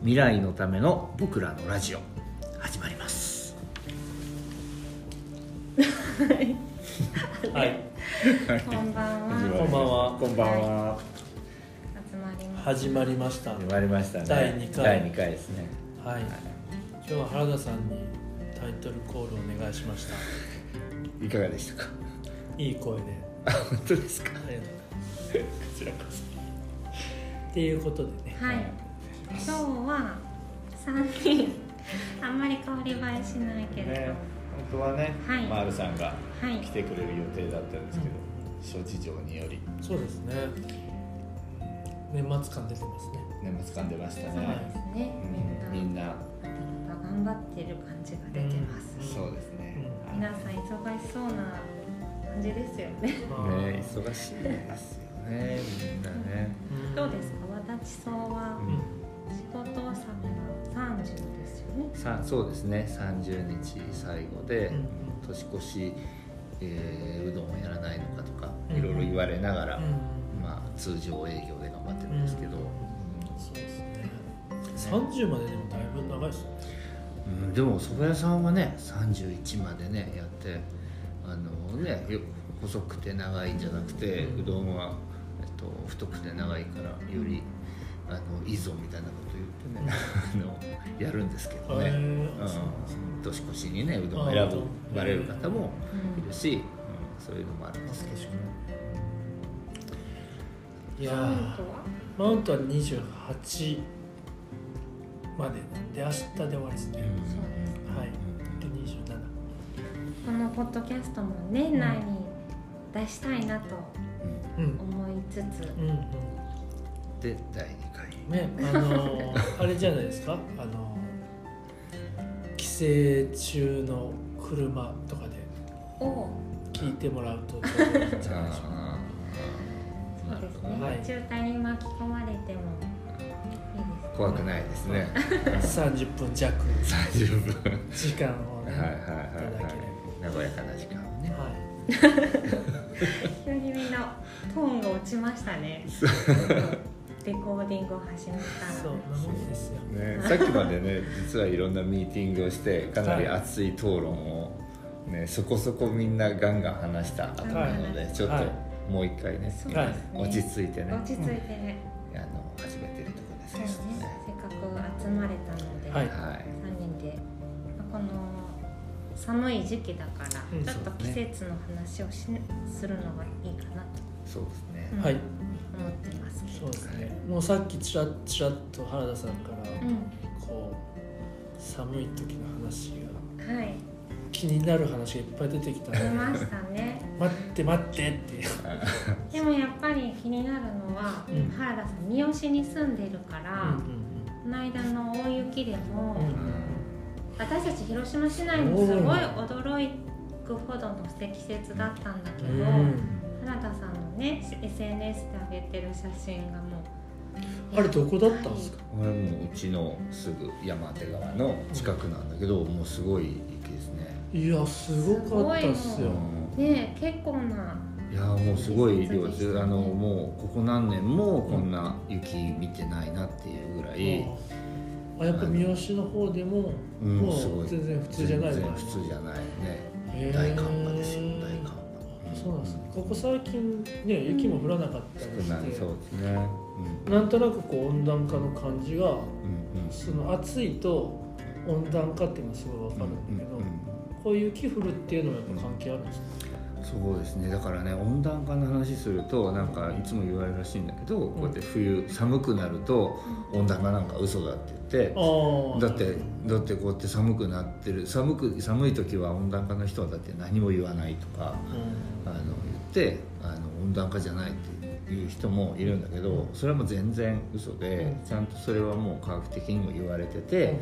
未来のための僕らのラジオ始まります。 はい。 こんばんは。 こんばんは。 こんばんは。 始まりました。 始まりましたね。 第2回。 第2回ですね。 はい。今日は原田さんにタイトルコールお願いしました。 いかがでしたか。 いい声で。 本当ですか。 こちらこそ。っていうことでね。 はい。今日は3人あんまり変わり映えしないけれど、 ね、本当はね、 はい、 マールさんがはい来てくれる予定だったんですけど、諸事情により。 そうですね。年末感出てますね。 年末感出ましたね。 そうですね。 みんな頑張ってる感じが出てます。 そうですね。 皆さん忙しそうな感じですよね。 ね、忙しいですよね、みんなね。 どうですか、私そうは仕事納めは30ですよね。 そうですね、30日最後で、年越し、うどんをやらないのかとかいろいろ言われながら、まあ、通常営業で頑張ってるんですけど、 そうですね。30まででもだいぶ長いですよね。 でも蕎麦屋さんはね31までねやって細くて長いんじゃなくて、うどんは、太くて長いからよりいいぞみたいなこと言ってねやるんですけどね、年越しにねうどんを選ばれる方もいるし、そういうのもあるんですけど、 いやマウントは28までなんで明日で終わりですね。 そうです。 はい。で27。 このポッドキャストも年内に出したいなと思いつつ、 で第2回ね、あれじゃないですか、帰省中の車とかで聞いてもらうとちょうどいいんじゃないでしょうか。 そうですね、 はい、 渋滞に巻き込まれてもいいです、 怖くないですね。 30分弱 30分時間をね、いただければ和やかな時間をね。 急にみんなトーンが落ちましたね。レコーディングを始めたら。 そうなもんですよ、 ね、さっきまでね実はいろんなミーティングをしてかなり熱い討論を、ね、そこそこみんなガンガン話した後なので、ちょっともう一回ね、落ち着いてね落ち着いてね、 始めてるところですね。 せっかく集まれたので、3人でこの寒い時期だから、ちょっと季節の話をするのがいいかなと。 そうですね。 はい。 思ってますけど。 そうですね。もうさっきちらっと原田さんから、こう寒い時の話が、気になる話がいっぱい出てきた出ましたね。 待ってってでもやっぱり気になるのは、原田さん三好に住んでるから、この間の大雪でも、私たち広島市内もすごい驚くほどの積雪だったんだけど、原田さんのね SNS で上げてる写真がもう、 あれどこだったんですか？ これもうちのすぐ山手川の近くなんだけど、もうすごい雪ですね。 いやすごかったっすよね。結構な、 いやもうすごい量です。もうここ何年もこんな雪見てないなっていうぐらい、 やっぱ三好の方でももう全然普通じゃない。 全然普通じゃないね。大寒波ですよ、大寒波。 そうなんです。ここ最近ね雪も降らなかったりして、 そうですね。 なんとなくこう温暖化の感じが、その暑いと温暖化っていうのはすごいわかるんだけど、こういう雪降るっていうのはやっぱ関係あるんですか？ そうですね。だからね、温暖化の話するとなんかいつも言われるらしいんだけど、こうやって冬寒くなると温暖化なんか嘘だって言って、だってこうやって寒くなってる、寒い時は温暖化の人はだって何も言わないとか、言って温暖化じゃないっていう人もいるんだけど、それはもう全然嘘で、ちゃんとそれはもう科学的にも言われてて、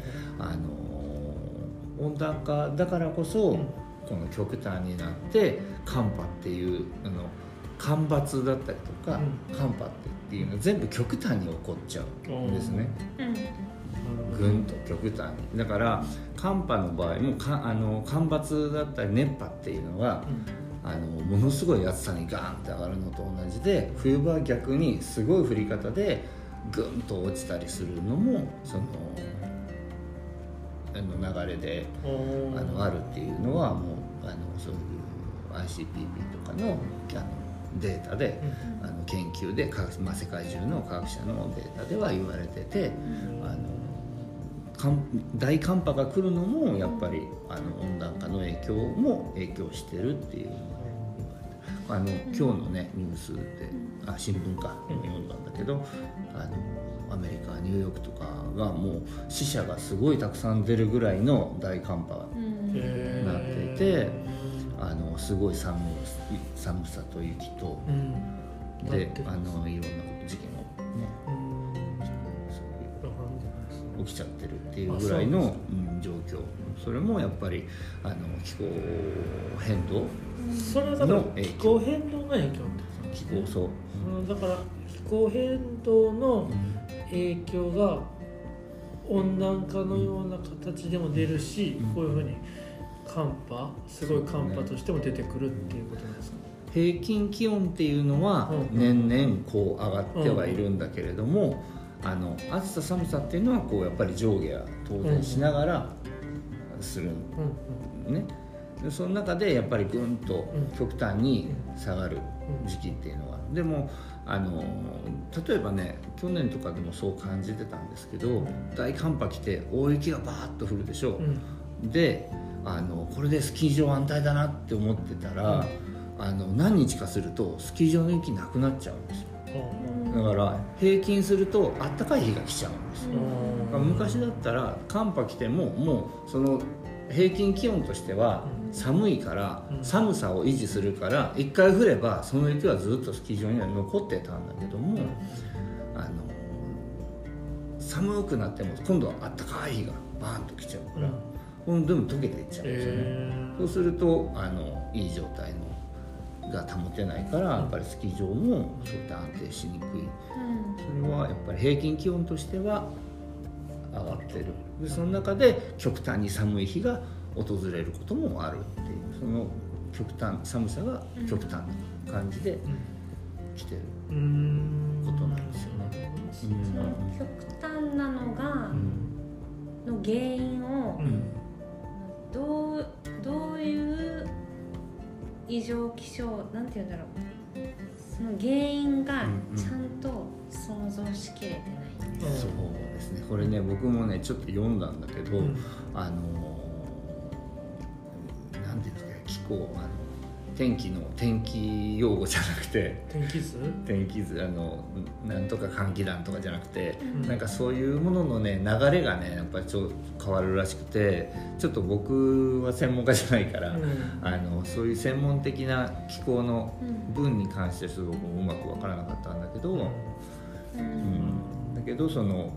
温暖化だからこそ、この極端になって寒波っていう干ばつだったりとか、寒波っていうのは全部極端に起こっちゃうんですね。ぐんと極端に。だから寒波の場合も干ばつだったり熱波っていうのは、ものすごい暑さにガーンって上がるのと同じで、冬場は逆にすごい降り方でぐんと落ちたりするのもその流れであるっていうのはもうそういう ICPP とかのデータで、研究で世界中の科学者のデータでは言われてて、大寒波が来るのもやっぱり温暖化の影響してるっていうのが今日のねニュースで新聞か今読んだんだけど、アメリカニューヨークとかがもう死者がすごいたくさん出るぐらいの大寒波になっていて、すごい寒さと雪と、でいろんな事件もね、起きちゃってるっていうぐらいの状況。それもやっぱり気候変動の影響。 それはだから気候変動の影響って気候そう、 だから気候変動の影響が温暖化のような形でも出るし、こういうふうにすごい寒波としても出てくるっていうことなんですか。 平均気温っていうのは年々こう上がってはいるんだけれども、暑さ寒さっていうのはこうやっぱり上下は当然しながらするね。でその中でやっぱりぐんと極端に下がる時期っていうのは、でも例えばね去年とかでもそう感じてたんですけど、大寒波来て大雪がバーッと降るでしょ、でこれでスキー場安泰だなって思ってたら、何日かするとスキー場の雪なくなっちゃうんですよ。だから平均するとあったかい日が来ちゃうんですよ。昔だったら寒波来てももうその平均気温としては寒いから寒さを維持するから一回降ればその雪はずっとスキー場には残ってたんだけども、寒くなっても今度はあったかい日がバーンと来ちゃうから、このでも溶けていっちゃうんですよね。そうするといい状態が保てないからやっぱりスキー場もそういった安定しにくい、それはやっぱり平均気温としては上がってる。でその中で極端に寒い日が訪れることもあるっていう、その寒さが極端な感じで来てることなんですよね。 その極端なのが、の原因を、どういう異常気象なんていうんだろう、その原因がちゃんと想像しきれてないんです。 そうですね。これね僕もねちょっと読んだんだけど、なんていうんですか、気候天気用語じゃなくて天気図なんとか寒気団とかじゃなくて、なんかそういうもののね流れがねやっぱり変わるらしくて、ちょっと僕は専門家じゃないから、そういう専門的な気候の分に関してすごくうまく分からなかったんだけど、だけどその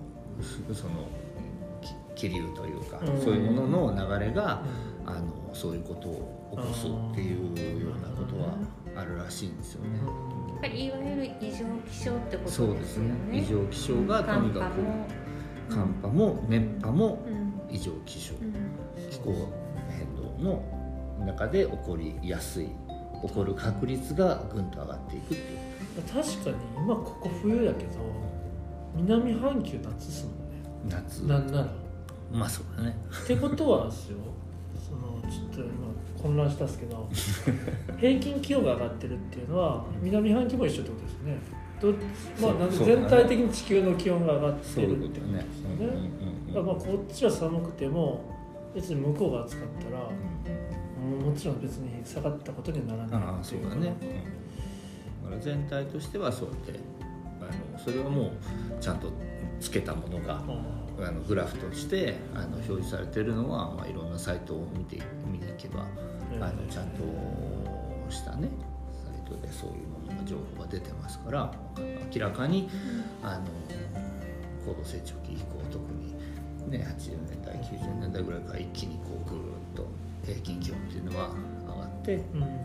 気流というか、そういうものの流れがそういうことを起こすっていうようなことはあるらしいんですよね。 やっぱりいわゆる異常気象ってことですよね。 そうですね。異常気象がとにかく寒波も熱波も異常気象、気候変動の中で起こりやすい、起こる確率がぐんと上がっていくっていう。 確かに今ここ冬やけど南半球夏っすもんね。 夏なんならまあそうだね。 ってことはですよ、ちょっと今混乱したんですけど平均気温が上がってるっていうのは南半球も一緒ってことですね。なんで全体的に地球の気温が上がってるってことですよね。だからこっちは寒くても別に向こうが暑かったら、もちろん別に下がったことにはならないっていう。 そうだね。だから全体としてはそうやってそれはもうちゃんとつけたものがグラフとして表示されているのは、いろんなサイトを見に行けばちゃんとしたねサイトでそういうものが情報が出てますから、明らかに高度成長期以降特にね80年代90年代ぐらいから一気にこうぐーっと平均気温っていうのは上がってきてる。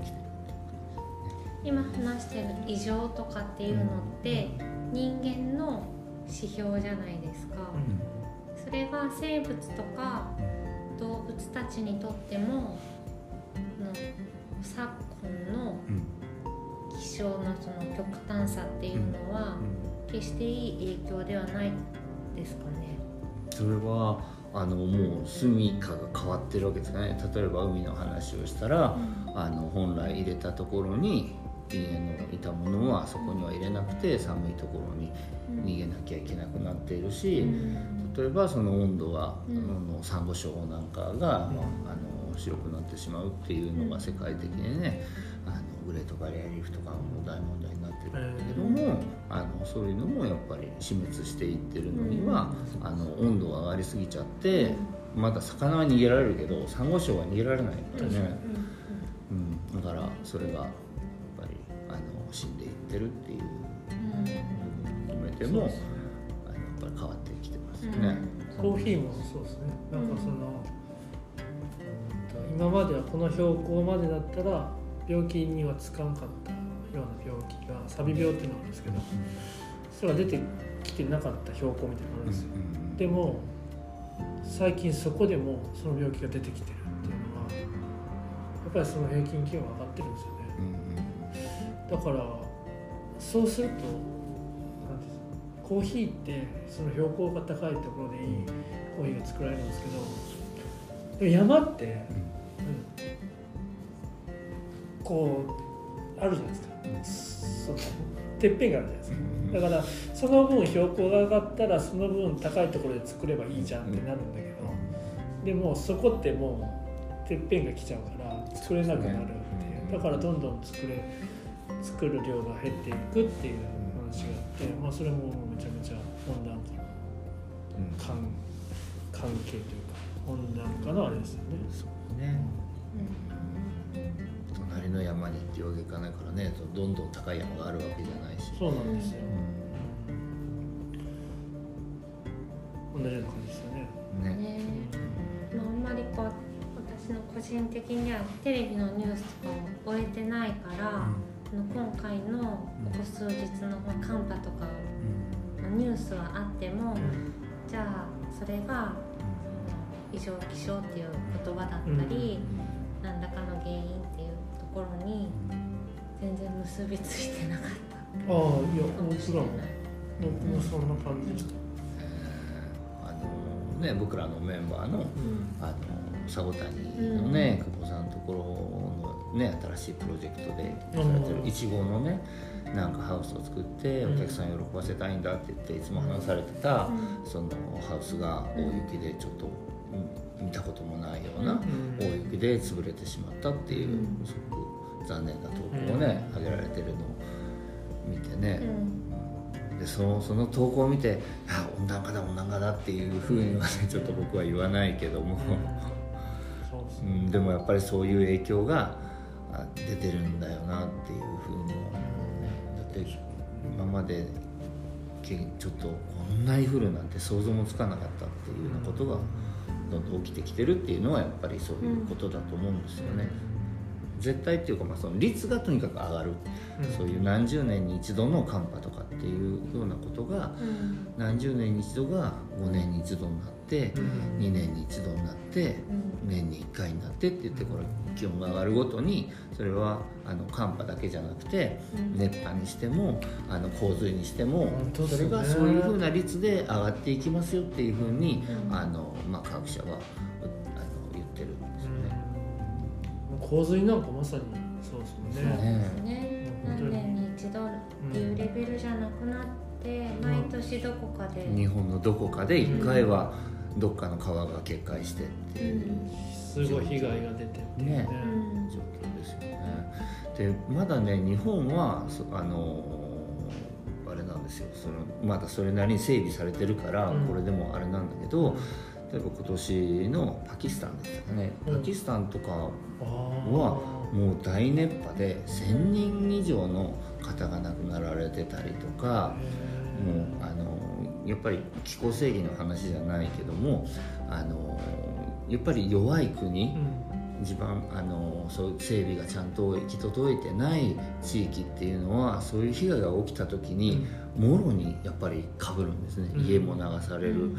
今話してる異常とかっていうのって人間の指標じゃないですか。それが生物とか動物たちにとっても昨今の気象のその極端さっていうのは、決していい影響ではないですかね。 それはもう住処が変わってるわけですかね。例えば海の話をしたら、本来入れたところに家のいたものはそこには入れなくて寒いところに逃げなきゃいけなくなっているし、例えばその温度が、サンゴ礁なんかが、白くなってしまうっていうのが世界的にね、グレートバリアリーフとかも大問題になってるんだけども、そういうのもやっぱり死滅していってるのには、温度が上がりすぎちゃってまだ魚は逃げられるけどサンゴ礁は逃げられないからね、だからそれがやっぱり死んでいってるっていう部分を含めても、やっぱり変わってきてますよね。 コーヒーもそうですね。なんかその、今まではこの標高までだったら病気にはつかんかったような病気がサビ病っていうのがあるんですけど、それが出てきてなかった標高みたいなのがあるんですよ。でも最近そこでもその病気が出てきてるっていうのはやっぱりその平均気温が上がってるんですよね。だからそうするとコーヒーってその標高が高いところでいいコーヒーが作られるんですけど、でも山って、こうあるじゃないですか、てっぺんがあるじゃないですか。だからその分標高が上がったらその分高いところで作ればいいじゃんってなるんだけど、でもそこってもうてっぺんが来ちゃうから作れなくなるっていう、だからどんどん作る量が減っていくっていう話があって、それもめちゃめちゃ温暖化の関係というか温暖化のあれですよね。 そうね。隣の山にっていうわけいかないからね、どんどん高い山があるわけじゃないし。 そうなんですよ。同じような感じですよね。 あんまりこう私の個人的にはテレビのニュースとかも終えてないから、今回のここ数日の寒波とかニュースはあっても、じゃあそれが異常気象っていう言葉だったり、何らかの原因っていうところに全然結びついてなかった。 いや、もちろん僕もそんな感じでした。 僕らのメンバーの佐護谷のね、久保さんのところのね、新しいプロジェクトでされてるいちごのね、なんかハウスを作ってお客さん喜ばせたいんだって言っていつも話されてたそのハウスが大雪でちょっと見たこともないような大雪で潰れてしまったっていうすごく残念な投稿をね上げられてるのを見てね、でその投稿を見て温暖化だっていうふうにはねちょっと僕は言わないけども、でもやっぱりそういう影響が出てるんだよなっていうふうには、だって今までちょっとこんなに降るなんて想像もつかなかったっていうようなことがどんどん起きてきてるっていうのはやっぱりそういうことだと思うんですよね。絶対っていうか、その率がとにかく上がる、そういう何十年に一度の寒波とかっていうようなことが、何十年に一度が5年に一度になって、2年に一度になって、年に1回になってって言って、これ気温が上がるごとにそれは寒波だけじゃなくて、熱波にしても洪水にしても、それがそういうふうな率で上がっていきますよっていうふうに科学者は言ってるんですよね。 洪水なんかまさにそうですもんね。何年に一度っていうレベルじゃなくなって、毎年どこかで、 日本のどこかで1回はどっかの川が決壊してっていう、 すごい被害が出てっていうね、 状況ですよね。でまだね日本はあれなんですよ、まだそれなりに整備されてるから、これでもあれなんだけど、例えば今年のパキスタンでしたかね、パキスタンとかはもう大熱波で1000人以上の方が亡くなられてたりとか、もうやっぱり気候正義の話じゃないけども、やっぱり弱い国、一番そういう整備がちゃんと行き届いてない地域っていうのは、そういう被害が起きた時にもろにやっぱり被るんですね。家も流される、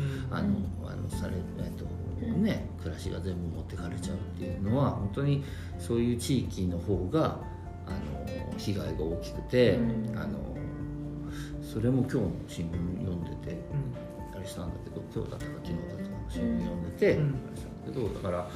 暮らしが全部持ってかれちゃうっていうのは、本当にそういう地域の方が被害が大きくて、それも今日の新聞読んでて、あれしたんだけど、今日だったか昨日だったか新聞読んでて、あれしたんだけど、だからや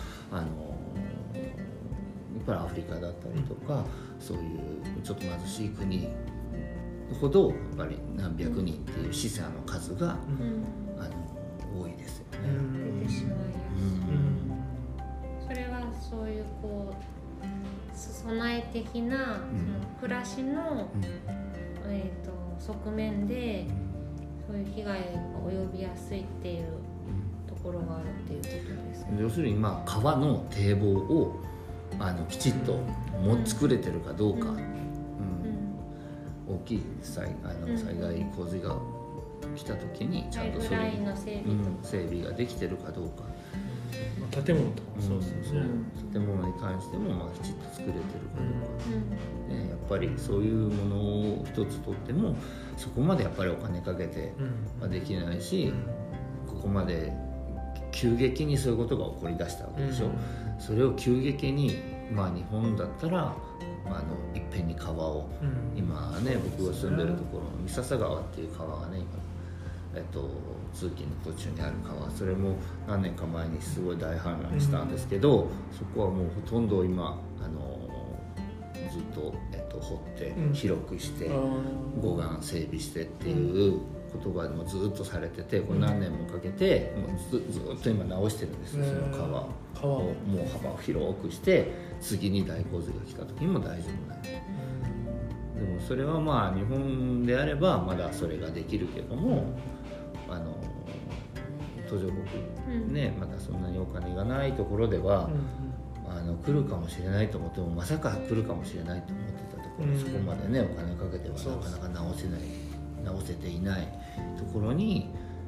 っぱりアフリカだったりとか、そういうちょっと貧しい国ほどやっぱり何百人っていう死者の数が、多いですよね。 出てしまいやすい。それはそういうこう備え的な、その暮らしの、側面でそういう被害が及びやすいっていうところがあるっていうことですか。 要するに川の堤防をきちっと作れてるかどうか、大きい災害洪水が来た時にちゃんとそれの整備ができてるかどうか、 建物とかもそうですね、 建物に関してもきちっと作れてるかどうか、やっぱりそういうものを一つとってもそこまでやっぱりお金かけてはできないし、ここまで急激にそういうことが起こりだしたわけでしょ。それを急激に、日本だったらいっぺんに川を、今ね僕が住んでるところの三笹川っていう川がね、通勤の途中にある川、それも何年か前にすごい大氾濫したんですけど、そこはもうほとんど今ずっと、掘って広くして護岸整備してっていうことがもうずっとされてて、これ何年もかけてもうずっと今直してるんですよ、その川をもう幅を広くして、次に大洪水が来た時にも大丈夫なよ。でもそれは日本であればまだそれができるけども、途上国ね、まだそんなにお金がないところでは、来るかもしれないと思ってもまさか来るかもしれないと思ってたところ、そこまでねお金かけてはなかなか直せていないところに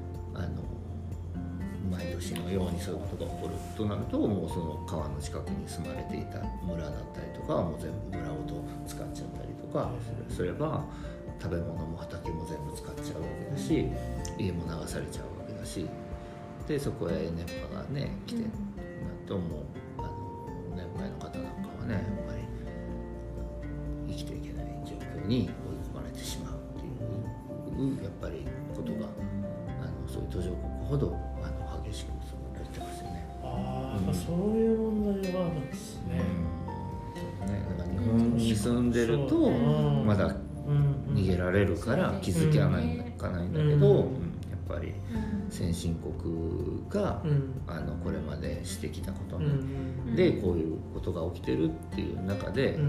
毎年のようにそういうことが起こるとなると、もうその川の近くに住まれていた村だったりとかはもう全部村ごと使っちゃったりとかすれば、食べ物も畑も全部使っちゃうわけだし、家も流されちゃうわけだし、でそこへ熱波がね来てなると、もう年配の方なんかはねやっぱり生きていけない状況に追い込まれてしまうっていうやっぱりことがそういう途上国ほど激しく起こってますよね。 そういう問題があるんですね。 だから日本に住んでるとまだ逃げられるから気づかないんだけど、やっぱり先進国がこれまでしてきたことでこういうことが起きてるっていう中で、やっぱり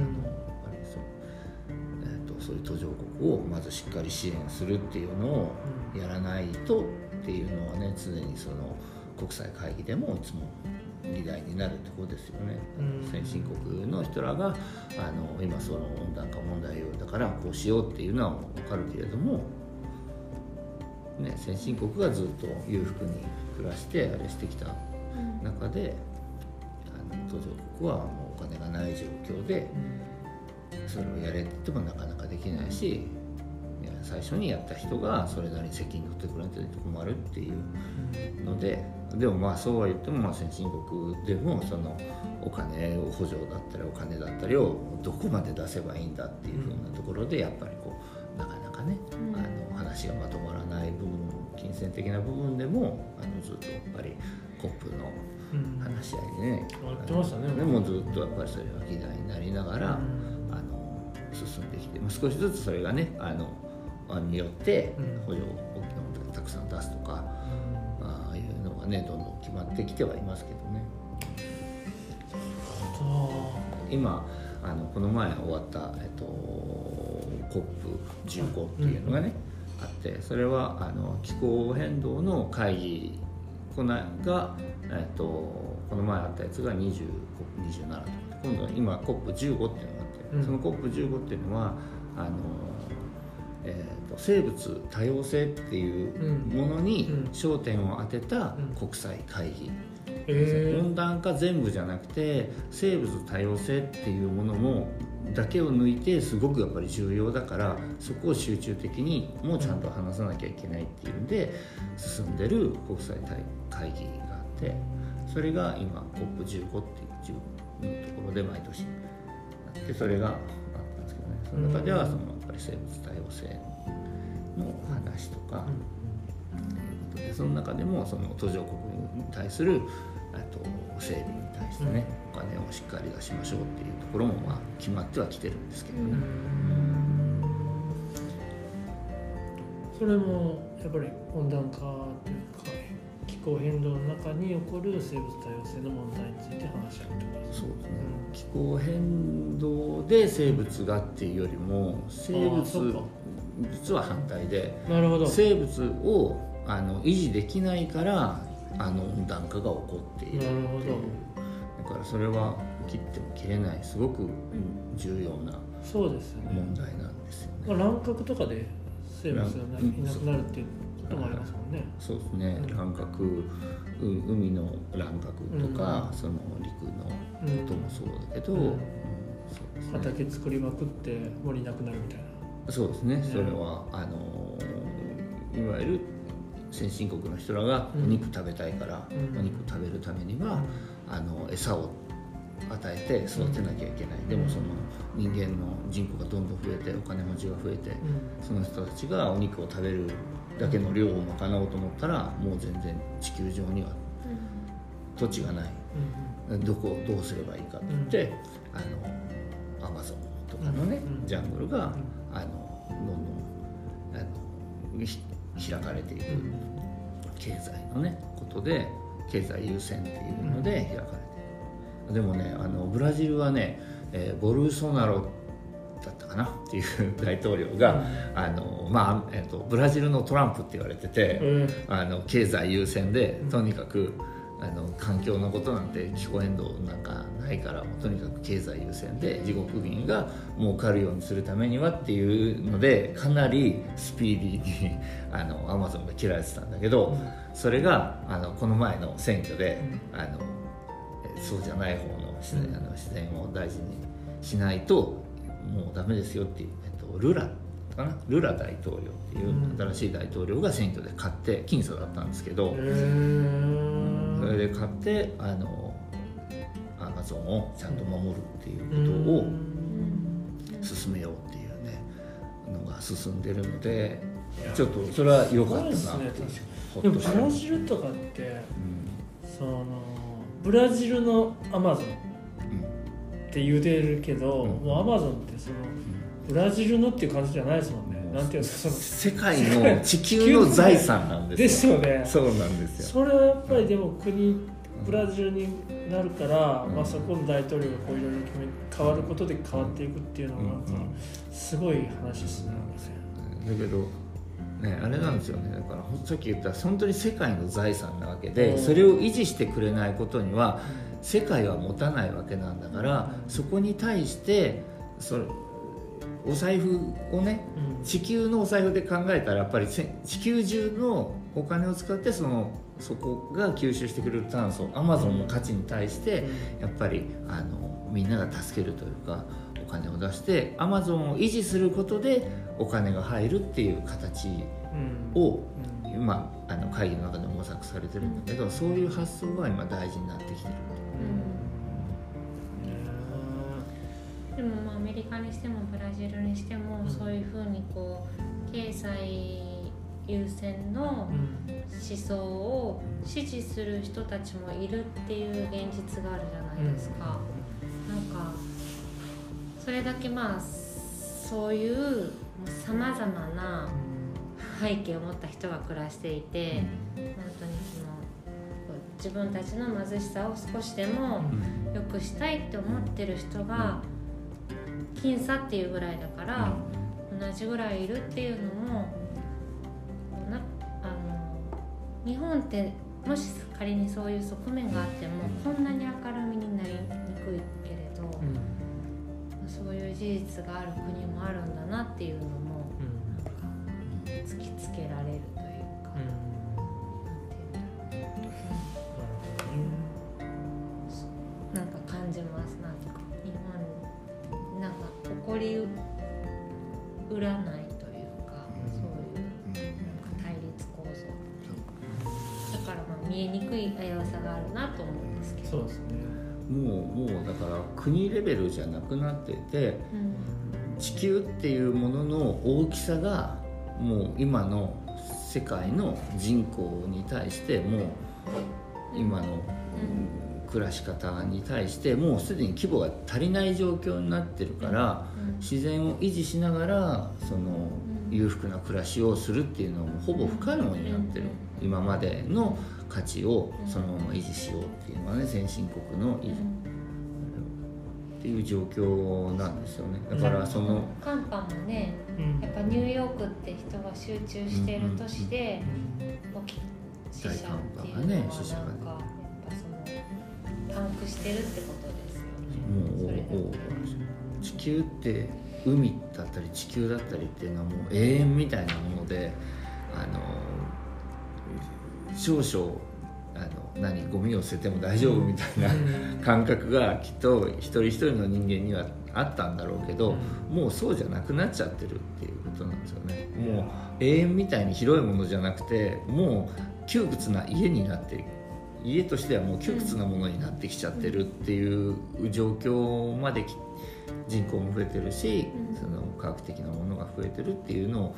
そういう途上国をまずしっかり支援するっていうのをやらないとっていうのはね、常にその国際会議でもいつも議題になるところですよね。先進国の人らが今その温暖化問題だからこうしようっていうのは分かるけれども、ね、先進国がずっと裕福に暮らしてあれしてきた中で、途上国はもうお金がない状況でそれをやれって言ってもなかなかできないし、最初にやった人がそれなりに責任取ってくれないと困るっていうので、でもそうは言っても先進国でもそのお金を補助だったりお金だったりをどこまで出せばいいんだっていう風なところでやっぱりなかなかね、話がまとまらない部分、金銭的な部分でもずっとやっぱりコップの話し合いでね、 でもずっとやっぱりそれが議題になりながら、進んできて、少しずつそれがねによって補助をたくさん出すとか、ああいうのがねどんどん決まってきてはいますけどね。今この前終わった、COP15 っていうのがね、あって、それは気候変動の会議この前あったやつが20、COP27 とか、今度は今 COP15 っていうのがあって、その COP15 っていうのは生物多様性っていうものに焦点を当てた国際会議、温暖化全部じゃなくて生物多様性っていうものもだけを抜いてすごくやっぱり重要だから、そこを集中的にもうちゃんと話さなきゃいけないっていうんで進んでる国際会議があって、それが今 COP15 っていうところで毎年あって、それがあっその中ではそのやっぱり生物多様性の話とか、でその中でもその途上国に対する整備に対してね、お金をしっかり出しましょうっていうところもまあ決まってはきてるんですけどね。 それもやっぱり温暖化というか気候変動の中に起こる生物多様性の問題について話し合うということですね。 そうですね、気候変動で生物がっていうよりも生物実は反対で、 なるほど、 生物を維持できないから温暖化が起こっているっていう。 なるほど。 だからそれは切っても切れないすごく重要なそうですよね、 問題なんですよね。 まあ、乱獲とかで生物がいなくなるっていうこともありますもんね。 そうですね、乱獲、海の乱獲とか、その陸のこともそうだけど、そうですね、 畑作りまくって森なくなるみたいな。 そうですね、それはいわゆる先進国の人らがお肉食べたいから、お肉食べるためには餌を与えて育てなきゃいけない、でもその人間の人口がどんどん増えてお金持ちが増えて、その人たちがお肉を食べるだけの量を賄おうと思ったらもう全然地球上には土地がない、どうすればいいかって言って、アマゾンとかのね、ジャングルがどんどん開かれていく、経済のねことで経済優先っていうので開かれている。でもねブラジルはね、ボルソナロだったかなっていう大統領が、ブラジルのトランプって言われてて、経済優先でとにかく環境のことなんて気候変動なんかないから、もうとにかく経済優先で自国民が儲かるようにするためにはっていうのでかなりスピーディーにアマゾンが切られてたんだけど、それがこの前の選挙でそうじゃない方の自然を大事にしないともうダメですよっていう、ルラ大統領っていう新しい大統領が選挙で勝って僅差だったんですけど、それで勝ってアマゾンをちゃんと守るっていうことを進めようっていうねのが進んでるので、ちょっとそれは良かったなっていう。 でもブラジルとかって、ブラジルのアマゾンって言うてるけど、もうアマゾンってブラジルのっていう感じじゃないですもんね。なんていうんですか、 世界の地球の財産なんですよ。 ですよね。 そうなんですよ。 それはやっぱりでもブラジルになるから、そこの大統領がこういろいろ変わることで変わっていくっていうのはなんかすごい話ですね。 だけどね、あれなんですよね。だからさっき言った本当に世界の財産なわけで、それを維持してくれないことには世界は持たないわけなんだから、そこに対してお財布をね、地球のお財布で考えたらやっぱり地球中のお金を使ってそこが吸収してくれる炭素、アマゾンの価値に対してやっぱりみんなが助けるというかお金を出してアマゾンを維持することでお金が入るっていう形を、今会議の中で模索されてるんだけど、そういう発想が今大事になってきてる。 でもアメリカにしてもブラジルにしても、そういうふうに経済優先の思想を支持する人たちもいるっていう現実があるじゃないですか。なんかそれだけそういうさまざまな背景を持った人が暮らしていて、本当に自分たちの貧しさを少しでも良くしたいって思ってる人が僅差っていうぐらいだから、同じぐらいいるっていうのも日本ってもし仮にそういう側面があってもこんなに明るみになりにくいけれど、そういう事実がある国もあるんだなっていうのもなんか突きつけられるというか、なんか感じます。なんか日本なんか起こりうらないというか、そういうなんか対立構造だから見えにくい危うさがあるなと思うんですけど。 そうですね。 もうだから国レベルじゃなくなってて、地地球っていうものの大きさがもう今の世界の人口に対してもう今の暮らし方に対してもうすでに規模が足りない状況になってるから、自然を維持しながらその裕福な暮らしをするっていうのはもうほぼ不可能になってる。今までの価値をそのまま維持しようっていうのはね、先進国の維持っていう状況なんですよね。だからその寒波もね、やっぱニューヨークって人が集中している都市で死者っていうのはなんかやっぱそのパンクしてるってことですよね。 もう地球って海だったり地球だったりっていうのはもう永遠みたいなもので、少々ゴミを捨てても大丈夫みたいな感覚がきっと一人一人の人間にはあったんだろうけど、もうそうじゃなくなっちゃってるっていうことなんですよね。もう永遠みたいに広いものじゃなくて、もう窮屈な家になって家としてはもう窮屈なものになってきちゃってるっていう状況まで人口も増えてるし、その科学的なものが増えてるっていうのを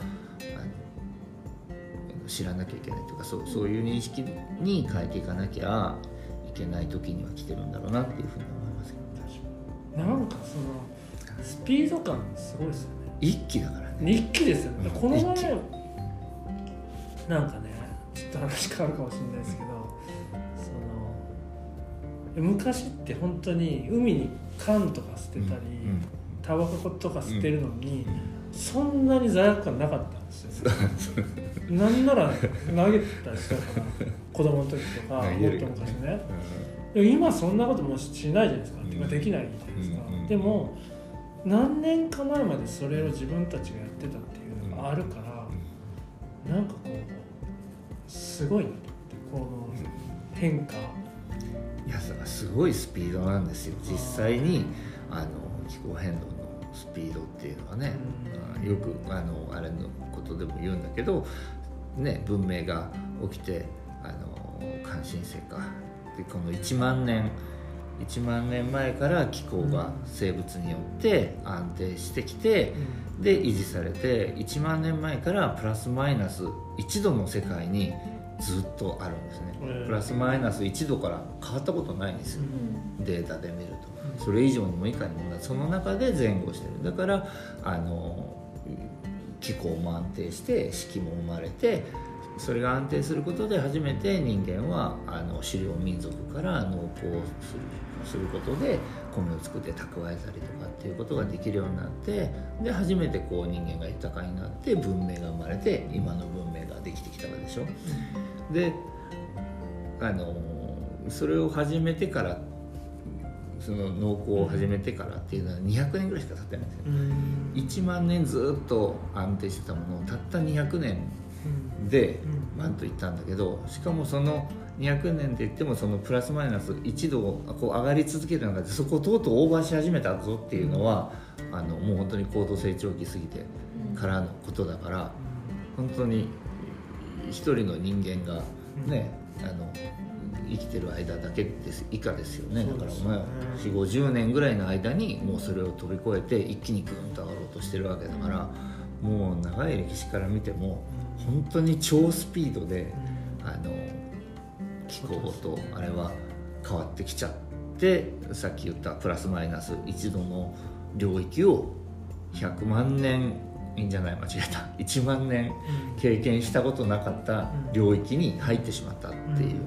知らなきゃいけないというか、そういう認識に変えていかなきゃいけない時には来てるんだろうなっていうふうに思いますけど、 なんかそのスピード感すごいですよね。 一気だからね。 一気ですよね。この前なんかね、ちょっと話変わるかもしれないですけど、その昔って本当に海に缶とか捨てたり、タバコとか捨てるのに、そんなに罪悪感なかったんですよ。なんなら投げたりしたから子供の時とかもっと昔ね。でも今そんなこともしないじゃないですか。今できないじゃないですか。でも何年か前までそれを自分たちがやってたっていうのがあるから、なんかこうすごいなと思って、この変化。 いや、すごいスピードなんですよ。実際に気候変動のスピードっていうのはね、よくあれのことでも言うんだけど、ね、文明が起きて感震性かで、この1万年前から気候が生物によって安定してきて、で維持されて、1万年前からプラスマイナス1度の世界にずっとあるんですね。プラスマイナス1度から変わったことないんですよ、データで見ると。それ以上にも以下にもその中で前後してる。だから気候も安定して四季も生まれて、それが安定することで初めて人間は狩猟民族から農耕することで米を作って蓄えたりとかっていうことができるようになって、で初めてこう人間が豊かになって文明が生まれて、今の文明ができてきたわけでしょ。でそれを始めてから、その農耕を始めてからっていうのは200年ぐらいしか経ってないんですよ。1万年ずっと安定してたものをたった200年でバンといったんだけど、しかもその200年で言ってもそのプラスマイナス1度こう上がり続ける中で、そこをとうとうオーバーし始めたぞっていうのは、もう本当に高度成長期過ぎてからのことだから、本当に一人の人間がね、生きてる間だけです以下ですよね。だから4、50年ぐらいの間にもうそれを飛び越えて一気にグーンと上がろうとしてるわけだから、もう長い歴史から見ても本当に超スピードで気候とあれは変わってきちゃって、さっき言ったプラスマイナス1度の領域を100万年じゃない間違えた1万年経験したことなかった領域に入ってしまったっていう、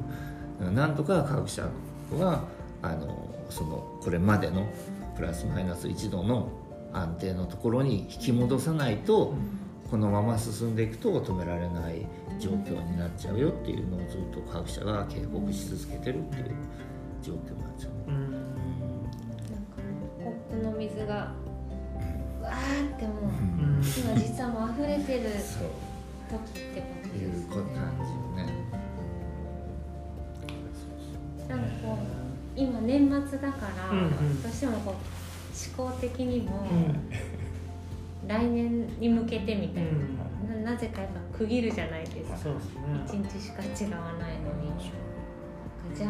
なんとか科学者はそのこれまでのプラスマイナス1度の安定のところに引き戻さないと、このまま進んでいくと止められない状況になっちゃうよっていうのをずっと科学者が警告し続けてるっていう状況なんですよね。 なんかコップの水がわーってもう、今実はもう溢れてる時ってことですね。 いう感じよね。 なんかこう今年末だから、どうしてもこう思考的にも、来年に向けてみたいな、なぜかやっぱ区切るじゃないですか。 そうですね。 1日しか違わないのに、じゃ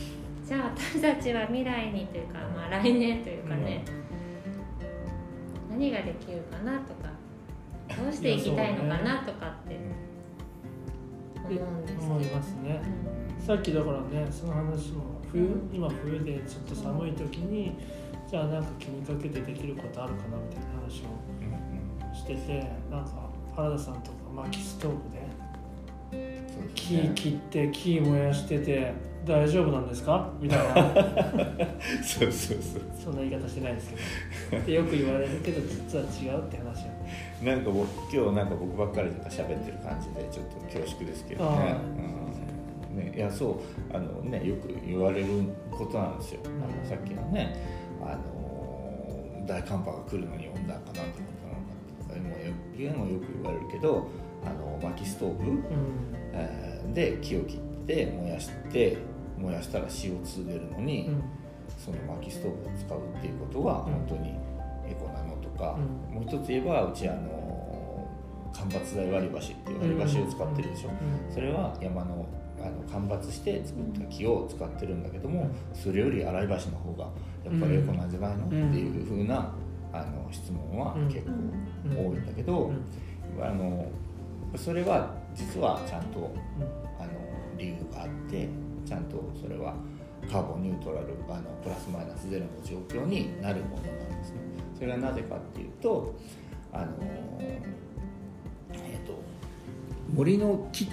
あ私たちは未来にというか、来年というかね、 何ができるかなとかどうしていきたいのかなとかって思うんですけど、 思いますね、さっきだからねその話も今冬でちょっと寒い時にじゃあなんか気にかけてできることあるかなみたいな話をしてて、なんか原田さんとか薪ストーブで木切って木燃やしてて大丈夫なんですかみたいなそうそんな言い方してないですけどよく言われるけど実は違うって話をなんか今日なんか僕ばっかりとか喋ってる感じでちょっと恐縮ですけどね、ね、いやそうね、よく言われることなんですよ、さっきのね大寒波が来るのに温暖化なんてことなのかってもうよく言われるけど薪ストーブ、で木を切って燃やしたら CO2 出るのに、その薪ストーブを使うっていうことは本当にエコなのとか、もう一つ言えばうち間伐材割り箸っていう割り箸を使ってるでしょ、それは山の間伐して作った木を使ってるんだけども、それより洗い箸の方がやっぱりエコなんじゃないの、っていう風な質問は結構多いんだけど、それは実はちゃんと理由があって、ちゃんとそれはカーボンニュートラルプラスマイナスゼロの状況になるものなんですね。それがなぜかっていうと森の木って、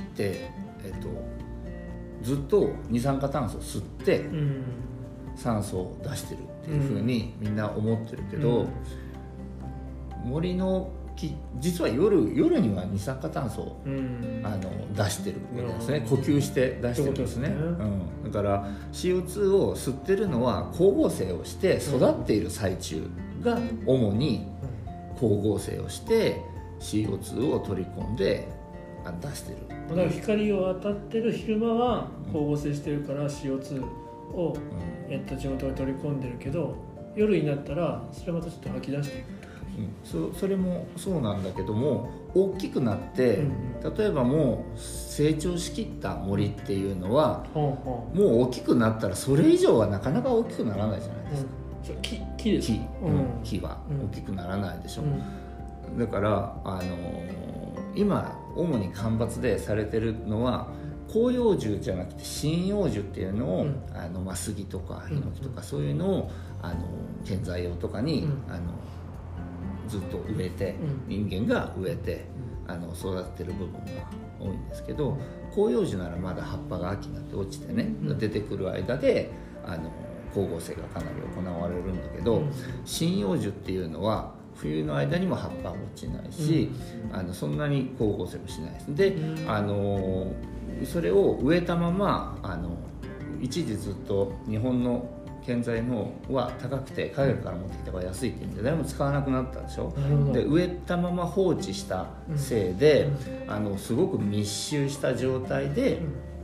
ずっと二酸化炭素を吸って酸素を出してるっていうふうにみんな思ってるけど、森の木実は夜には二酸化炭素を、出してるわけですね。呼吸して出してるんですね。だから CO2 を吸ってるのは光合成をして育っている最中が主に光合成をして CO2 を取り込んで出してる。 だから光を当たってる昼間は光合成してるから CO2 を、地元が取り込んでるけど、夜になったらそれまたちょっと吐き出していく。 それもそうなんだけども、大きくなって、例えばもう成長しきった森っていうのは、もう大きくなったらそれ以上はなかなか大きくならないじゃないですか。 木ですか？ 木は大きくならないでしょ。だから今主に間伐でされてるのは広葉樹じゃなくて針葉樹っていうのを、杉とかヒノキとかそういうのを建材用とかに、ずっと植えて、人間が植えて育ててる部分が多いんですけど、広葉樹ならまだ葉っぱが秋になって落ちてね、出てくる間で光合成がかなり行われるんだけど、針葉樹っていうのは冬の間にも葉っぱが落ちないし、そんなに光合成もしないです。で、それを植えたまま一時ずっと日本の建材のは高くて海外から持ってきた方が安いっていうんで誰も使わなくなったでしょ。で植えたまま放置したせいで、すごく密集した状態で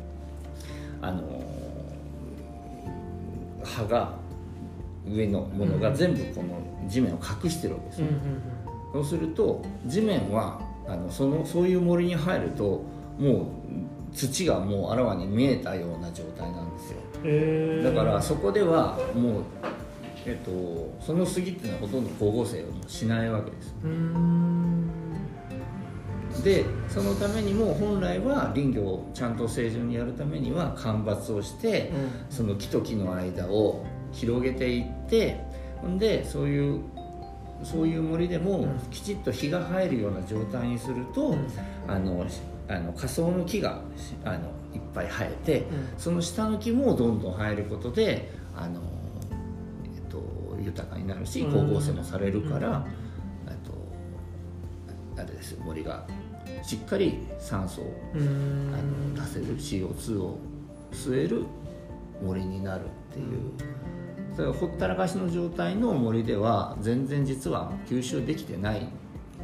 葉が上のものが全部この地面を隠してるわけですよ。そうすると地面はそういう森に入るともう土がもうあらわに見えたような状態なんですよ。だからそこではもう、その杉っていうのはほとんど光合成をしないわけです。でそのためにも本来は林業をちゃんと正常にやるためには間伐をして、その木と木の間を広げていって、でそういう森でもきちっと日が入るような状態にすると、下層の木がいっぱい生えて、その下の木もどんどん生えることで豊かになるし光合成もされるから、あれですよ、森がしっかり酸素を出せる CO2 を吸える森になるっていう。それほったらかしの状態の森では全然実は吸収できてない。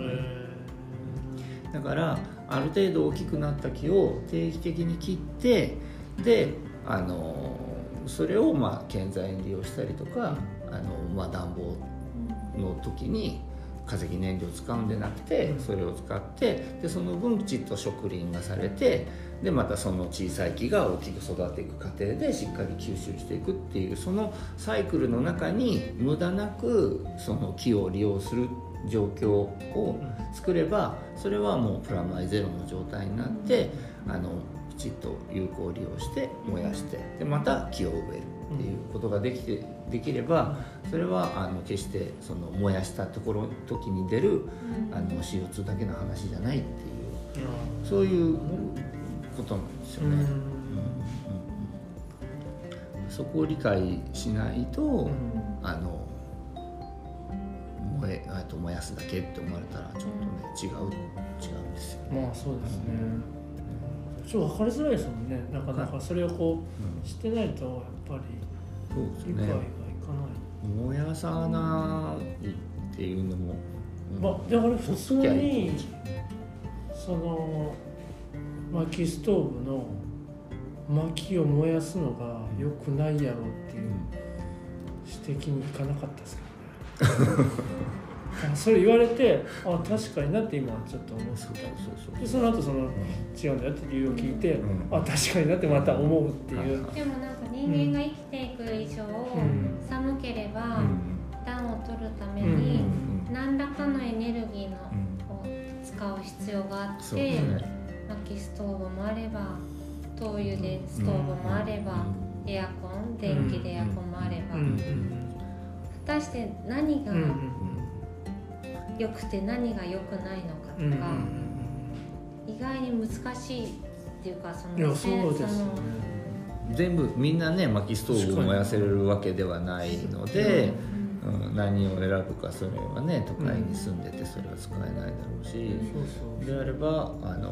だからある程度大きくなった木を定期的に切って、でそれを建材に利用したりとか暖房の時に化石燃料を使うんでなくて、それを使ってでその分きちっと植林がされて、でまたその小さい木が大きく育っていく過程でしっかり吸収していくっていう、そのサイクルの中に無駄なくその木を利用する状況を作れば、それはもうプラマイゼロの状態になって、きちっと有効利用して燃やして、でまた木を植えるっていうことができれば、それは決してその燃やした時に出るCO2 だけの話じゃないっていう、そういうことなんですよね。そこを理解しないと、燃やすだけって思われたらちょっとね、違うんですよね。 まあそうですね。ちょっと分かりづらいですもんね。なかなかそれをこう知ってないとやっぱり理解がいかない。 燃やさないっていうのも、 だから普通にその薪ストーブの薪を燃やすのが良くないやろっていう指摘にいかなかったですけどね。それ言われて、確かになって今ちょっと思ってた。でその後違うんだよって理由を聞いて、確かになってまた思うっていう。 でもなんか人間が生きていく以上、寒ければ暖を取るために何らかのエネルギーを使う必要があって、薪ストーブもあれば灯油でストーブもあれば、エアコン、電気でエアコンもあれば、果たして何が良くて何が良くないのかとか、意外に難しいっていうか、 全部みんなね薪ストーブを燃やせるわけではないので、何を選ぶか、それはね都会に住んでてそれは使えないだろうし、であれば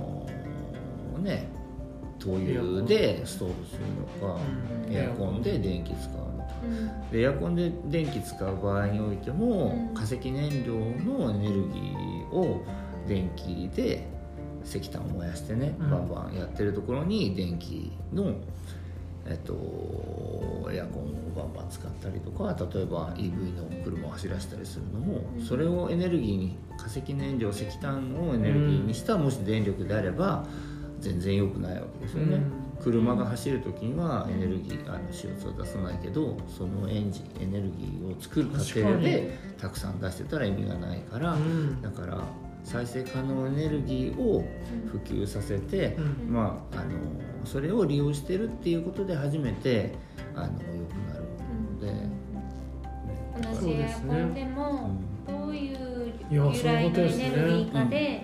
灯油でストーブするのか、エアコンで電気使うのか、でエアコンで電気使う場合においても、化石燃料のエネルギーを電気で石炭を燃やしてね、バンバンやってるところに電気のエアコンをバンバン使ったりとか、例えば EV の車を走らせたりするのも、それをエネルギーに、化石燃料、石炭をエネルギーにしたもし電力であれば全然良くないわけですよね。車が走る時にはエネルギーCO2 を出さないけど、そのエネルギーを作る過程でたくさん出してたら意味がないから、だから再生可能エネルギーを普及させて、それを利用してるっていうことで初めて良くなるので、 同じエアコンでもどういう由来のエネルギーかで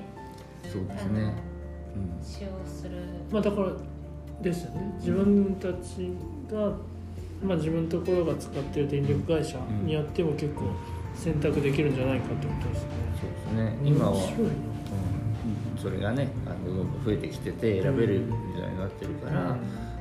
使用する。 だからですよね。自分たちが、自分のところが使っている電力会社によっても結構選択できるんじゃないかってことですね。 そうですね。今はそれがねどんどん増えてきてて選べる時代になってるから、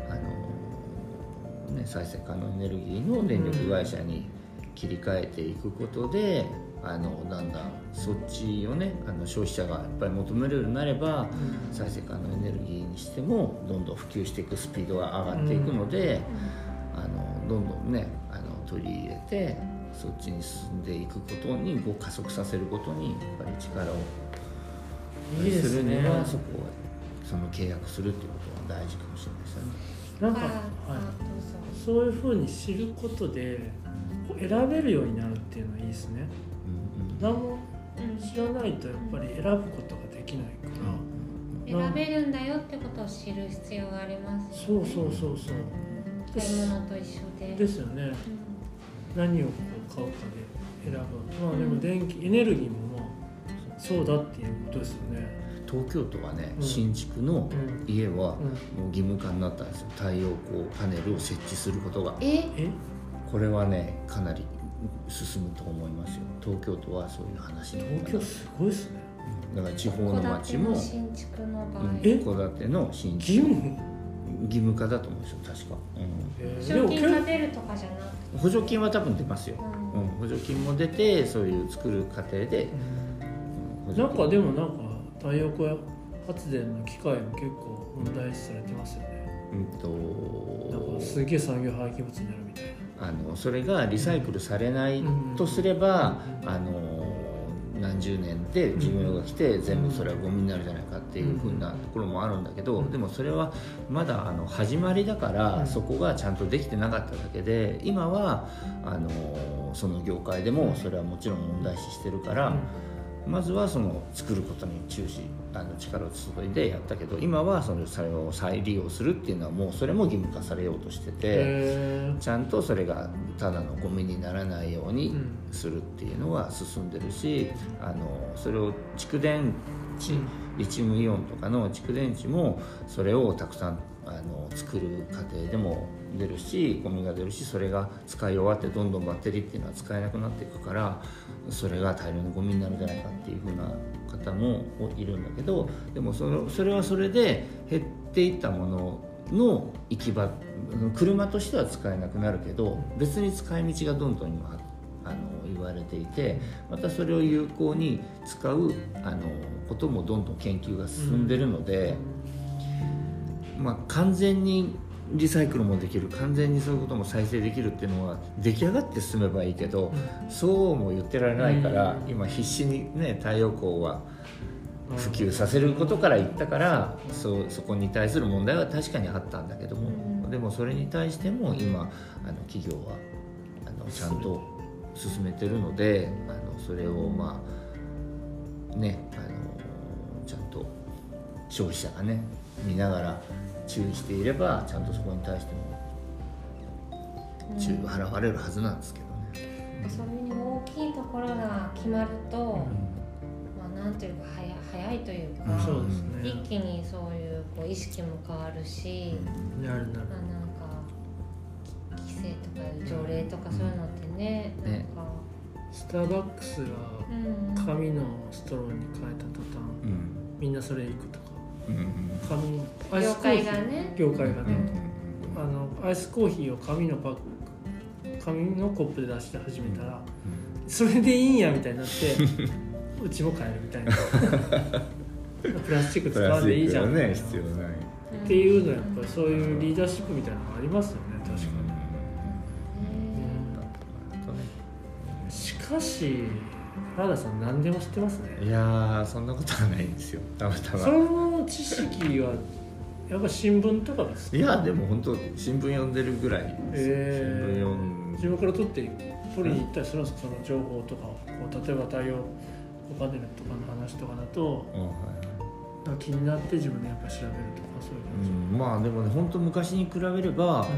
再生可能エネルギーの電力会社に切り替えていくことで、だんだんそっちをね消費者がやっぱり求めるようになれば、再生可能エネルギーにしてもどんどん普及していくスピードが上がっていくので、どんどんね取り入れてそっちに進んでいくことに加速させることにやっぱり力をするには、そこはその契約するっていうことは大事かもしれないですよね。 そういうふうに知ることで選べるようになるっていうのはいいですね。何も知らないとやっぱり選ぶことができないから、 選べるんだよってことを知る必要がありますよね。 そう買い物と一緒でですよね。何を買うかで選ぶ。でも電気エネルギーもそうだっていうことですよね。 東京都はね、新築の家はもう義務化になったんですよ。太陽光パネルを設置することが。これはねかなり進むと思いますよ。東京都はそういう話。 東京すごいですね。 だから地方の町も新築の場合、 戸建ての新築義務化だと思うんですよ確か。 補助金が出るとかじゃなくて、 補助金は多分出ますよ。補助金も出て、そういう作る過程で、 なんかでも太陽光発電の機械も結構問題視されてますよね。なんかすげえ産業廃棄物になるみたいな。 それがリサイクルされないとすれば、何十年で寿命が来て全部それはゴミになるじゃないかっていう風なところもあるんだけど、でもそれはまだ始まりだから、そこがちゃんとできてなかっただけで、今はその業界でもそれはもちろん問題視してるから、 まずはその作ることに力を注いでやったけど、今はそれを再利用するっていうのはもうそれも義務化されようとしてて、ちゃんとそれがただのゴミにならないようにするっていうのが進んでるし、それを蓄電池、リチウムイオンとかの蓄電池もそれをたくさん作る過程でも出るし、ゴミが出るし、それが使い終わってどんどんバッテリーっていうのは使えなくなっていくから、それが大量のゴミになるんじゃないかっていう風な方もいるんだけど、でもそれはそれで減っていったものの行き場、車としては使えなくなるけど別に使い道がどんどん今言われていて、またそれを有効に使うこともどんどん研究が進んでるので、完全にリサイクルもできる、完全にそういうことも再生できるっていうのは出来上がって進めばいいけど、そうも言ってられないから、今必死にね太陽光は普及させることから言ったから、そこに対する問題は確かにあったんだけども、でもそれに対しても今企業はちゃんと進めてるので、それをちゃんと消費者がね見ながら注意していれば、ちゃんとそこに対しても注意が払われるはずなんですけどね。 そういう大きいところが決まると、なんというか早いというか、 そうですね、 一気にそういう意識も変わるし、なんか規制とか条例とかそういうのってね、なんかスターバックスが紙のストローに変えた途端、みんなそれ行くとか、 業界がね、 アイスコーヒーを紙のコップで出して始めたら、それでいいんやみたいになってうちも買えるみたいなプラスチック使わんでいいじゃん、 ね、必要ないっていうのはやっぱりそういうリーダーシップみたいなのがありますよね、確かに。しかし原田さん何でも知ってますね。 いやそんなことはないんですよ、たまたま。 その知識はやっぱ新聞とかですか？ いやでも本当新聞読んでるぐらいです、新聞読ん自分から取りに行ったりするんですか、その情報とかを。例えば太陽パネルとかの話とかだと、気になって自分でやっぱ調べるとかそういう感じ、 でもね本当昔に比べれば、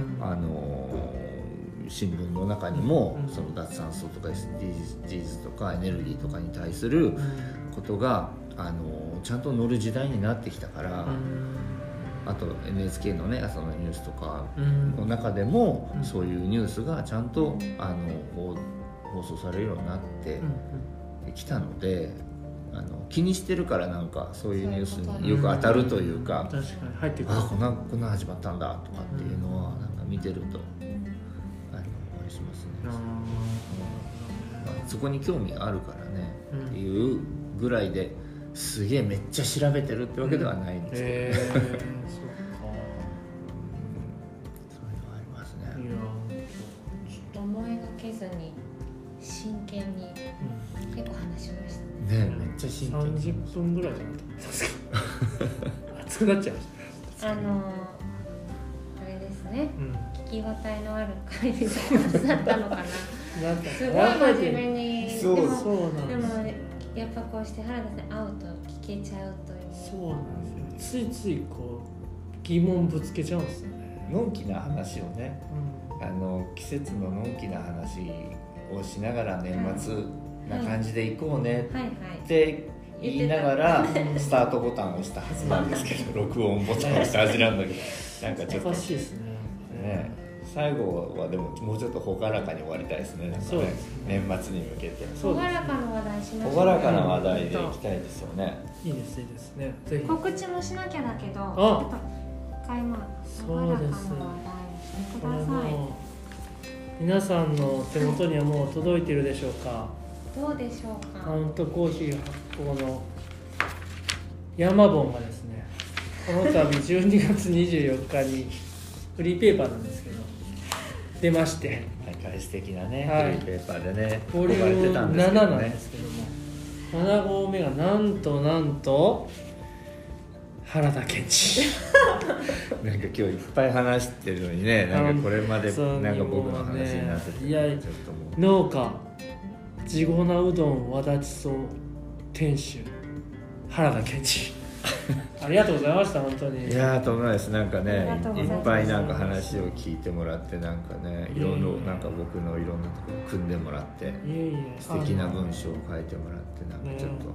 新聞の中にも、その脱炭素とか SDGs とかエネルギーとかに対することが、ちゃんと載る時代になってきたから、あと NHK のね朝のニュースとかの中でも、そういうニュースがちゃんと放送されるようになってきたので、気にしてるからなんかそういうニュースによく当たるというか、 確かに入ってくる、 こんな始まったんだとかっていうのはなんか見てるとしますね。そこに興味があるからね、っていうぐらいですげえめっちゃ調べてるってわけではないんですけど、そういうのはありますね。 ちょっと思いがけずに真剣に結構話しましたね。めっちゃ真剣に 30分ぐらいかなと思ったんですけど熱くなっちゃいました。 あれですね、聞き応えのある回みたいな話だったのかなすごい真面目に。でもやっぱこうして原田さんに会うと聞けちゃうという。 そうなんですよ、ついつい疑問ぶつけちゃうんですよね。 のんきな話をね、季節ののんきな話をしながら年末な感じで行こうねって言いながらスタートボタンを押したはずなんですけど録音ボタンを押したはずなんだけど、なんかちょっとおかしいですね。 最後はでももうちょっと朗らかに終わりたいですね。なんかね、年末に向けて朗らかな話題しましょう。 朗らかな話題でいきたいですよね。 いいですいいですね。ぜひ告知もしなきゃだけど、買います朗らかな話題をしてください。 皆さんの手元にはもう届いているでしょうか。 どうでしょうか。 カウントコーヒー発酵の山本がですね、この度12月24日にフリーペーパーなんですけど出まして、 素敵なね、 フリーペーパーでねボリューム7なんですけども、7号目がなんと原田健二なんか今日いっぱい話してるのにね、なんかこれまでなんか僕の話になってて、 いやちょっともう農家地粉うどんわだちそう店主原田健二ありがとうございました本当に。 いやとんでもないです。なんかねいっぱいなんか話を聞いてもらってなんかねいろいろなんか僕のいろんなところ組んでもらって素敵な文章を書いてもらってなんかちょっと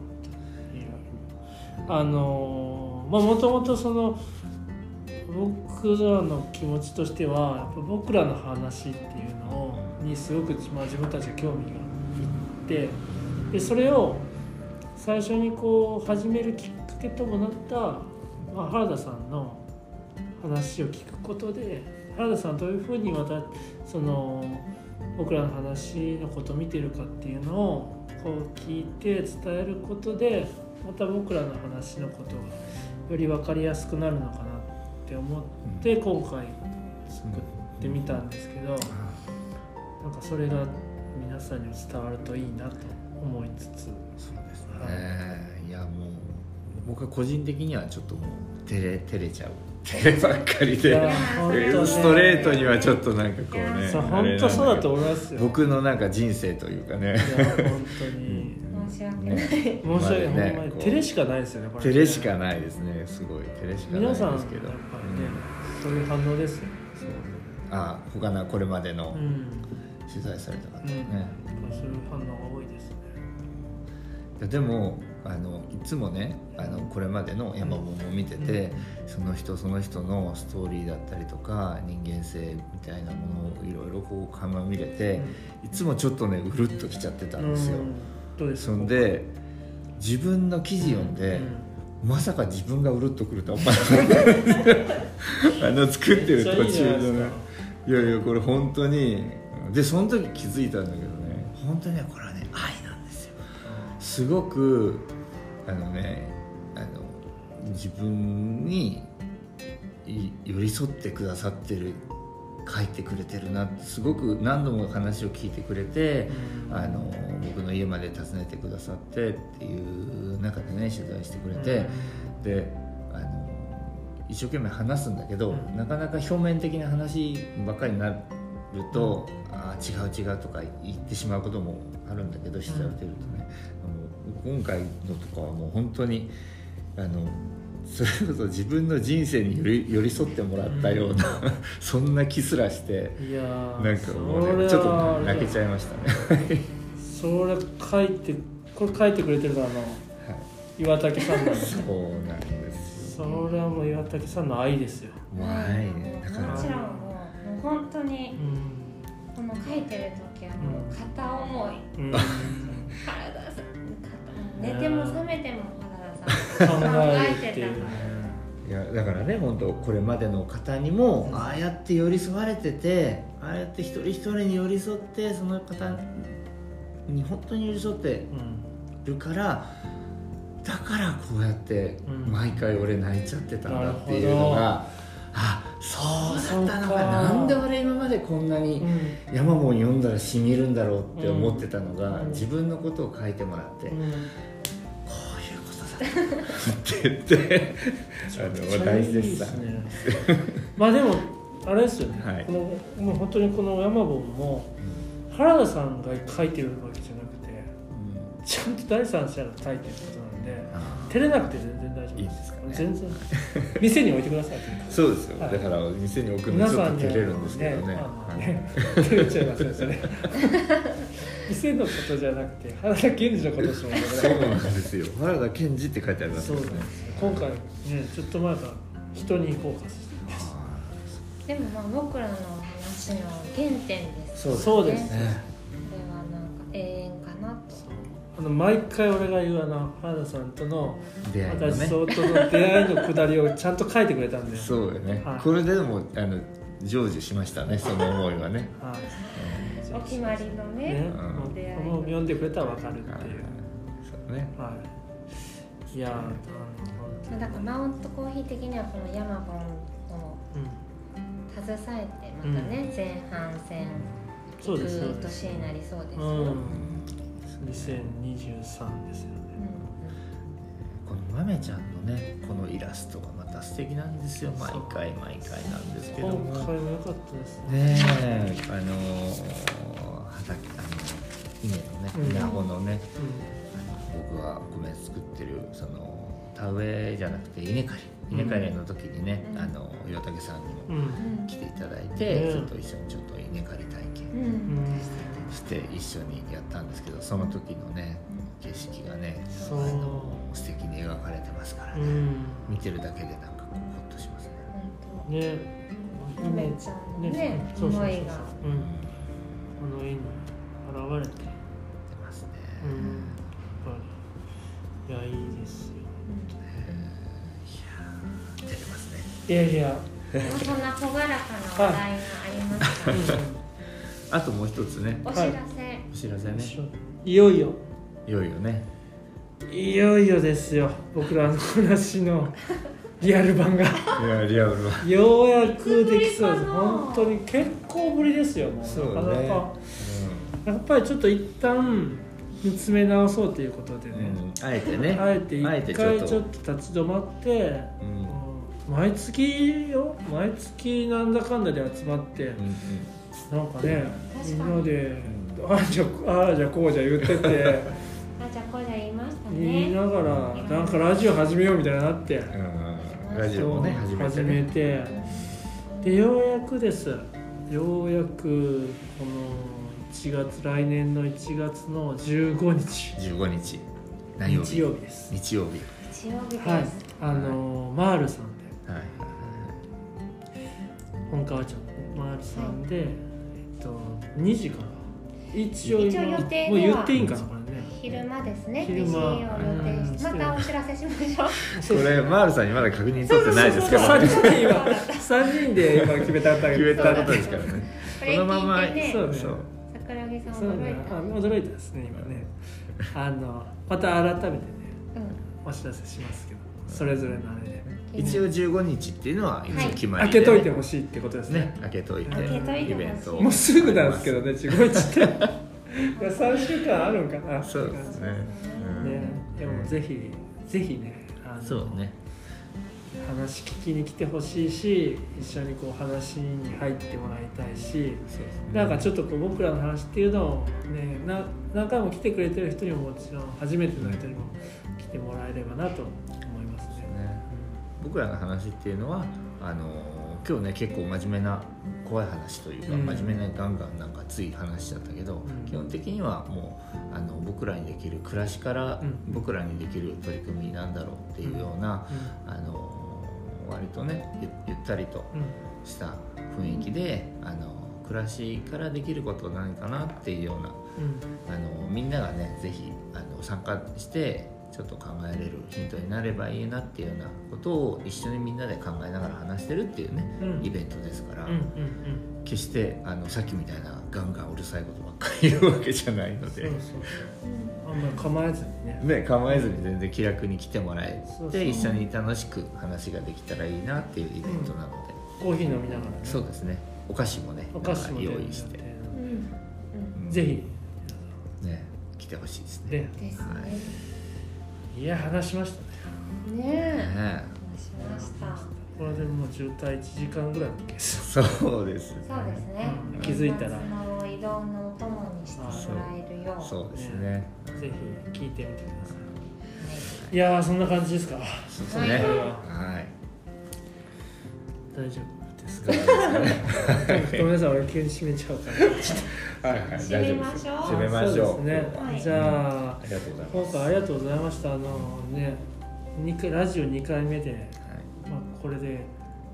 もともとその僕らの気持ちとしてはやっぱ僕らの話っていうのにすごく、自分たちが興味がいってでそれを最初にこう始めるきっかけともなった、原田さんの話を聞くことで原田さんどういうふうにまたその僕らの話のことを見てるかっていうのをこう聞いて伝えることでまた僕らの話のことがより分かりやすくなるのかなって思って今回作ってみたんですけど、なんかそれが皆さんに伝わるといいなと思いつつ。 そうですね、いやもう僕は個人的にはちょっともう照れちゃう照ればっかりでストレートにはちょっとなんかこうね本当そうだと思いますよ。 僕のなんか人生というかね、 いや本当に申し訳ない、 申し訳ない、照れしかないですよねこれね。 照れしかないですね。すごい照れしかないですけど、 皆さんやっぱりね、そういう反応ですよ。 そう他のこれまでの取材された方ね、 そういう反応が多いですね。 いやでもいつもねこれまでの山本を見てて、その人その人のストーリーだったりとか人間性みたいなものをいろいろこう垣間見れて、いつもちょっとねうるっときちゃってたんですよ。 どうですか？ そんで自分の記事読んで、まさか自分がうるっとくるとは思わなかった作ってる途中のね、いやいやこれ本当にでその時気づいたんだけどね、本当にねこれはね愛なんですよ。すごく自分に寄り添ってくださってる書いてくれてるなってすごく何度も話を聞いてくれて、僕の家まで訪ねてくださってっていう中でね取材してくれて、で一生懸命話すんだけど、なかなか表面的な話ばっかりになると、違うとか言ってしまうこともあるんだけど取材をしてるとね、今回のとかはもう本当にそれこそ自分の人生に寄り添ってもらったような、そんな気すらして、 いやなんかもうねちょっと泣けちゃいましたねそれ書いてくれてるのは岩竹さんなんですね。そうなんですよ、 それはもう岩竹さんの愛ですよ。 愛ね。だからもちろんもう本当に、この書いてる時はもう片思い、原田さん寝ても覚めても原田さん考えてたから。 いやだからね本当これまでの方にもああやって寄り添われてて、ああやって一人一人に寄り添ってその方に本当に寄り添ってるから、だからこうやって毎回俺泣いちゃってたんだっていうのが、そうだったのか、なんで俺今までこんなに山本読んだらしみるんだろうって思ってたのが、自分のことを書いてもらって、こういうことだって言って大絶賛まあでもあれですよね、もう本当にこの山本も原田さんが書いてるわけじゃなくて、ちゃんと第三者が書いてることなんで、照れなくて全然大丈夫です。 いいですかね。 全然店に置いてください。 そうですよ、だから店に置くのちょっと照れるんですけどね。 照れちゃいますねそれ店のことじゃなくて原田健二のことしもそうなんですよ、原田健二って書いてありますよね。 今回ねちょっと前から人にフォーカスしてます。 でも僕らの話の原点ですね。 そうですね。 これはなんか永遠かなと。 毎回俺が言う原田さんとの出会いのね、 私との出会いのくだりをちゃんと書いてくれたんでそうよね、これでも成就しましたね、その思いはね、 お決まりのね、 もう読んでくれたら分かるっていう、 そうね、 いやだからマウントコーヒー的にはこの山本を携えてまたね、前半戦行く年になりそうですよ。 2023ですよね。 この豆ちゃんのねこのイラストがまた素敵なんですよ。毎回なんですけども、 今回も良かったですね。 畑稲のね稲穂のね、 僕が米作ってるその田植えじゃなくて稲刈りの時にね、岩竹さんにも来ていただいて、ちょっと一緒にちょっと稲刈り体験して一緒にやったんですけど、その時のね景色がね素敵に描かれてますからね、見てるだけでなんかこうホッとしますね。 ね、 めちゃんのね思いがこの絵に現れてますね。 やっぱりいやいいですよ。 照れますね。 いやそんな朗らかな話題がありましたあともう一つね、 お知らせね、 いよいよね、 いよいよですよ、僕らの話のリアル版がリアル版ようやくできそうです。本当に結構ぶりですよ。もうなかなか、やっぱりちょっと一旦見つめ直そうということでね、 あえてね、 一回ちょっと立ち止まって、毎月なんだかんだで集まって、なんかね、みんなでああじゃこうじゃ言っててあじゃこうじゃ言いましたね、 言いながらなんかラジオ始めようみたいになって、 ラジオをね始めて、 でようやくこの1月、来年の1月の15日日曜日です。 日曜日です。 はい、マールさんで、本川町のマールさんで、2時から一応予定もう言っていいんかな、これね。 昼間ですね。昼間を予定して、またお知らせしましょう。 これマールさんにまだ確認取ってないですけど、 3人で今決めたことですからね。 このままそう桜木さん驚いたですね今ね。また改めてね、お知らせしますけど、それぞれのあれで一応15日っていうのは一応決まりで、開けといてほしいってことですね。 開けといてイベントもうすぐなんですけどね、15日って3週間あるんかな。 そうですね。 でもぜひね、 そうね、 話聞きに来てほしいし、一緒にこう話に入ってもらいたいし、なんかちょっとこう僕らの話っていうのをね、何回も来てくれてる人にももちろん初めての人にも来てもらえればなと思いますね。 僕らの話っていうのは今日ね結構真面目な怖い話というか、真面目なガンガンなんかつい話しちゃったけど、基本的にはもう僕らにできる暮らしから、僕らにできる取り組みなんだろうっていうような、割とねゆったりとした雰囲気で暮らしからできること何かなっていうような、みんながねぜひ参加してちょっと考えれるヒントになればいいなっていうようなことを一緒にみんなで考えながら話してるっていうね、イベントですから、決してさっきみたいなガンガンうるさいことばっかり言うわけじゃないので、 あんまり構えずにね、 構えずに全然気楽に来てもらえて、一緒に楽しく話ができたらいいなっていうイベントなので、 コーヒー飲みながらね、 そうですね、お菓子もね用意して、 ぜひね来てほしいですね。 いや話しましたね。話しました。 これでもう渋滞1時間ぐらいのケース。 そうですね。 気づいたら。 移動のお供にしてもらえるよう。 そうですね。 ぜひ聞いてみてください。いやそんな感じですか。 そうですね。はい。 大丈夫ですか。ごめんなさい、俺急に締めちゃうから。 はい、大丈夫です。締めましょう。 ね。じゃあ、 ありがとうございます。 今回ありがとうございました。ね、ラジオ2回目で、これで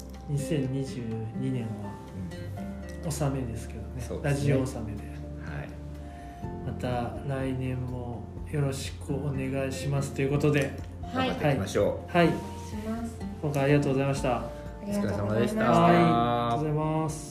2022年は納めですけどね。ラジオ納めで。また来年もよろしくお願いしますということで、 頑張っていきましょう。はい。今回ありがとうございました。 ありがとうございました。 ありがとうございます。